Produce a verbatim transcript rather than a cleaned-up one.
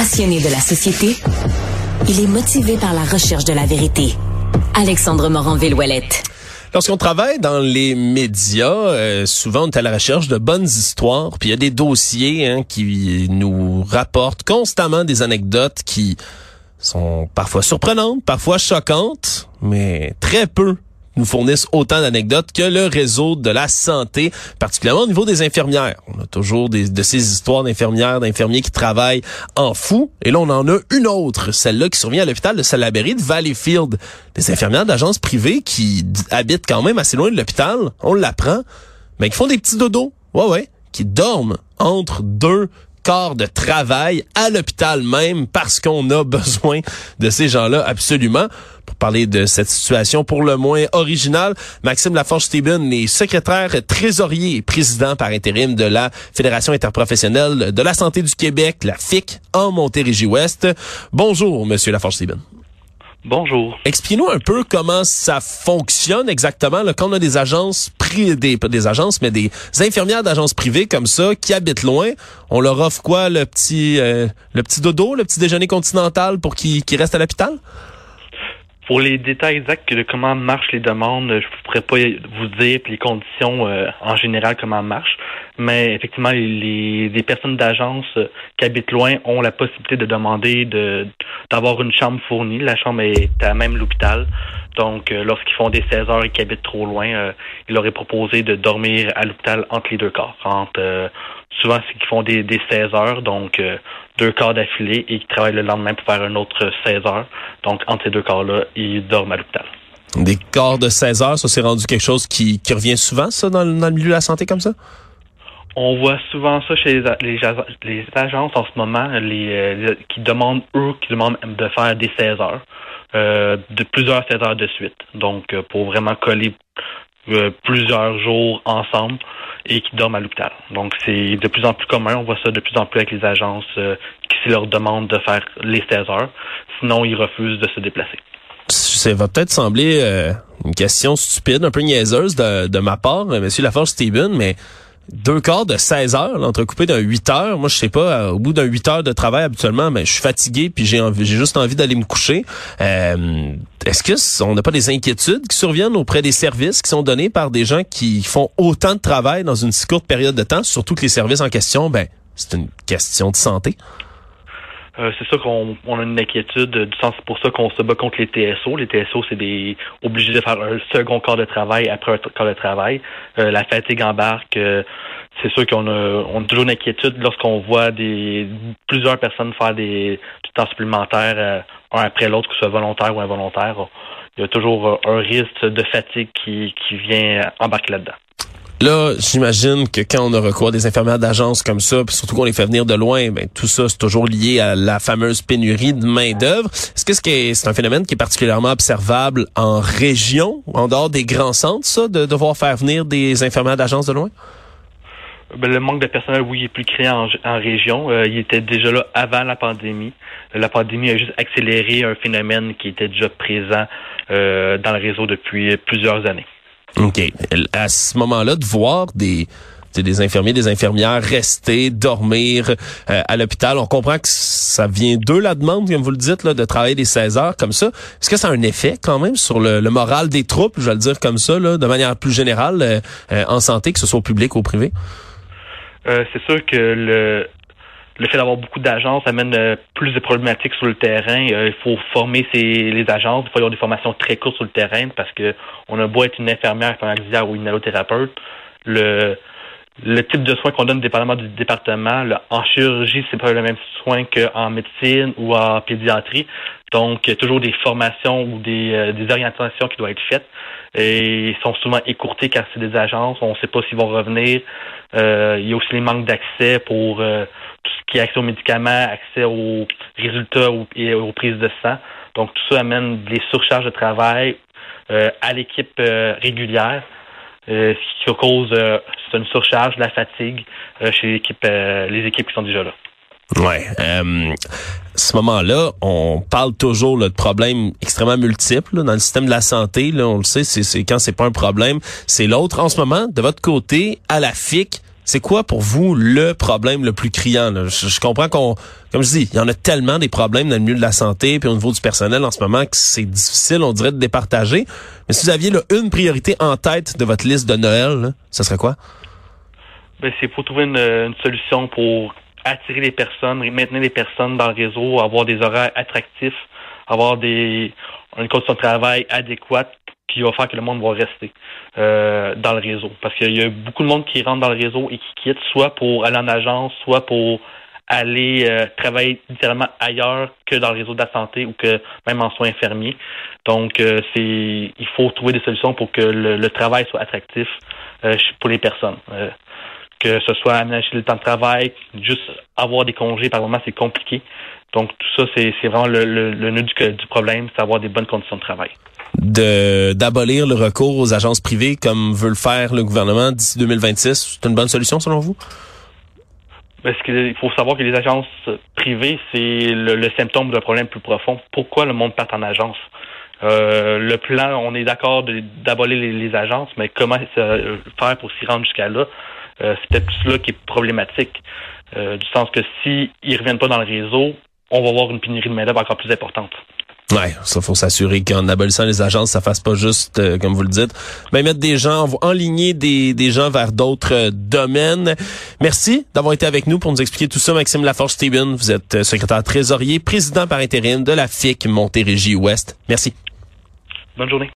Passionné de la société, il est motivé par la recherche de la vérité. Alexandre Morin-Villouellette. Lorsqu'on travaille dans les médias, euh, souvent on est à la recherche de bonnes histoires, puis il y a des dossiers hein, qui nous rapportent constamment des anecdotes qui sont parfois surprenantes, parfois choquantes, mais très peu nous fournissent autant d'anecdotes que le réseau de la santé, particulièrement au niveau des infirmières. On a toujours des, de ces histoires d'infirmières, d'infirmiers qui travaillent en fou. Et là, on en a une autre, celle-là qui survient à l'hôpital de Salaberry de Valleyfield. Des infirmières d'agences privées qui d- habitent quand même assez loin de l'hôpital, on l'apprend, mais qui font des petits dodos. Ouais, ouais, qui dorment entre deux corps de travail à l'hôpital même parce qu'on a besoin de ces gens-là absolument. Pour parler de cette situation pour le moins originale, Maxime Laforge-Steben est secrétaire trésorier et président par intérim de la Fédération interprofessionnelle de la santé du Québec, la F I C, en Montérégie-Ouest. Bonjour, Monsieur Laforge-Steben. Bonjour. Expliquez-nous un peu comment ça fonctionne exactement là, quand on a des agences privées, des, pas des agences, mais des infirmières d'agences privées comme ça qui habitent loin. On leur offre quoi, le petit, euh, le petit dodo, le petit déjeuner continental pour qu'ils qu'ils restent à l'hôpital? Pour les détails exacts de comment marchent les demandes, je ne pourrais pas vous dire les conditions euh, en général comment marchent, mais effectivement, les, les, les personnes d'agence euh, qui habitent loin ont la possibilité de demander de d'avoir une chambre fournie. La chambre est à même l'hôpital, donc euh, lorsqu'ils font des seize heures et qu'ils habitent trop loin, euh, il leur est proposé de dormir à l'hôpital entre les deux corps. Entre, euh, souvent, c'est qu'ils font des, des seize heures, donc euh, deux quarts d'affilée et qui travaillent le lendemain pour faire un autre seize heures. Donc, entre ces deux quarts-là, ils dorment à l'hôpital. Des quarts de seize heures, ça s'est rendu quelque chose qui, qui revient souvent, ça, dans, dans le milieu de la santé comme ça? On voit souvent ça chez les, les, les agences en ce moment, les, les qui demandent, eux, qui demandent de faire des seize heures, euh, de plusieurs seize heures de suite. Donc, euh, pour vraiment coller euh, plusieurs jours ensemble et qui dorment à l'hôpital. Donc, c'est de plus en plus commun. On voit ça de plus en plus avec les agences euh, qui leur demandent de faire les seize heures. Sinon, ils refusent de se déplacer. Ça va peut-être sembler euh, une question stupide, un peu niaiseuse de, de ma part, M. Laforge-Steben, mais deux quarts de seize heures, l'entrecoupé d'un huit heures. Moi, je sais pas, au bout d'un huit heures de travail, habituellement, ben, je suis fatigué puis j'ai envie, j'ai juste envie d'aller me coucher. Euh, est-ce que on n'a pas des inquiétudes qui surviennent auprès des services qui sont donnés par des gens qui font autant de travail dans une si courte période de temps, surtout que les services en question, ben, c'est une question de santé? Euh, c'est sûr qu'on on a une inquiétude du sens, c'est pour ça qu'on se bat contre les T S O. Les T S O, c'est des obligés de faire un second quart de travail après un quart de travail. Euh, la fatigue embarque. Euh, c'est sûr qu'on a, on a toujours une inquiétude lorsqu'on voit des plusieurs personnes faire des du temps supplémentaire euh, un après l'autre, que ce soit volontaire ou involontaire. Il y a toujours un risque de fatigue qui, qui vient embarquer là-dedans. Là, j'imagine que quand on a recours à des infirmières d'agence comme ça, puis surtout qu'on les fait venir de loin, ben tout ça, c'est toujours lié à la fameuse pénurie de main-d'œuvre. Est-ce que c'est, c'est un phénomène qui est particulièrement observable en région, en dehors des grands centres, ça, de devoir faire venir des infirmières d'agence de loin? Ben, le manque de personnel, oui, il est plus criant en, en région. Euh, il était déjà là avant la pandémie. La pandémie a juste accéléré un phénomène qui était déjà présent euh, dans le réseau depuis plusieurs années. OK. À ce moment-là, de voir des des infirmiers, des infirmières rester, dormir euh, à l'hôpital, on comprend que ça vient d'eux, la demande, comme vous le dites, là, de travailler des seize heures comme ça. Est-ce que ça a un effet quand même sur le, le moral des troupes, je vais le dire comme ça, là, de manière plus générale, euh, euh, en santé, que ce soit au public ou au privé? Euh, c'est sûr que le Le fait d'avoir beaucoup d'agences amène euh, plus de problématiques sur le terrain. Euh, il faut former ces, les agences. Il faut y avoir des formations très courtes sur le terrain parce que on a beau être une infirmière, un auxiliaire ou une allothérapeute. Le, le type de soins qu'on donne dépendamment du département, là, en chirurgie, c'est pas le même soin qu'en médecine ou en pédiatrie. Donc, il y a toujours des formations ou des, euh, des orientations qui doivent être faites. Et ils sont souvent écourtés car c'est des agences. On ne sait pas s'ils vont revenir. Euh, il y a aussi les manques d'accès pour euh, tout ce qui est accès aux médicaments, accès aux résultats ou, et aux prises de sang. Donc, tout ça amène des surcharges de travail euh, à l'équipe euh, régulière, euh, ce qui cause euh, c'est une surcharge, de la fatigue euh, chez l'équipe, euh, les équipes qui sont déjà là. Ouais. Euh, à ce moment-là, on parle toujours là, de problèmes extrêmement multiples là, dans le système de la santé. Là, on le sait, c'est, c'est quand c'est pas un problème, c'est l'autre. En ce moment, de votre côté, à la F I C, C'est quoi pour vous le problème le plus criant? Là? Je, je comprends qu'on, comme je dis, il y en a tellement des problèmes dans le milieu de la santé puis au niveau du personnel en ce moment que c'est difficile, on dirait, de départager. Mais si vous aviez là, une priorité en tête de votre liste de Noël, là, ce serait quoi? Ben, c'est pour trouver une, une solution pour attirer les personnes, maintenir les personnes dans le réseau, avoir des horaires attractifs, avoir des une condition de travail adéquate qui va faire que le monde va rester euh, dans le réseau. Parce qu'il y a beaucoup de monde qui rentre dans le réseau et qui quitte, soit pour aller en agence, soit pour aller euh, travailler littéralement ailleurs que dans le réseau de la santé ou que même en soins infirmiers. Donc, euh, c'est il faut trouver des solutions pour que le, le travail soit attractif euh, pour les personnes. Euh, que ce soit aménager le temps de travail, juste avoir des congés, par moment, c'est compliqué. Donc, tout ça, c'est, c'est vraiment le, le, le nœud du, du problème, c'est avoir des bonnes conditions de travail. De d'abolir le recours aux agences privées comme veut le faire le gouvernement d'ici deux mille vingt-six, c'est une bonne solution selon vous? Parce qu'il faut savoir que les agences privées, c'est le, le symptôme d'un problème plus profond. Pourquoi le monde part en agence? Euh, le plan, on est d'accord de, d'abolir les, les agences, mais comment euh, faire pour s'y rendre jusqu'à là? Euh, c'est peut-être plus là qui est problématique. Euh, du sens que s'ils ne reviennent pas dans le réseau, on va avoir une pénurie de main-d'œuvre encore plus importante. Ouais, ça faut s'assurer qu'en abolissant les agences, ça fasse pas juste, euh, comme vous le dites, ben mettre des gens, enligner des, des gens vers d'autres euh, domaines. Merci d'avoir été avec nous pour nous expliquer tout ça, Maxime Laforge-Steben. Vous êtes euh, secrétaire trésorier, président par intérim de la F I C Montérégie-Ouest. Merci. Bonne journée.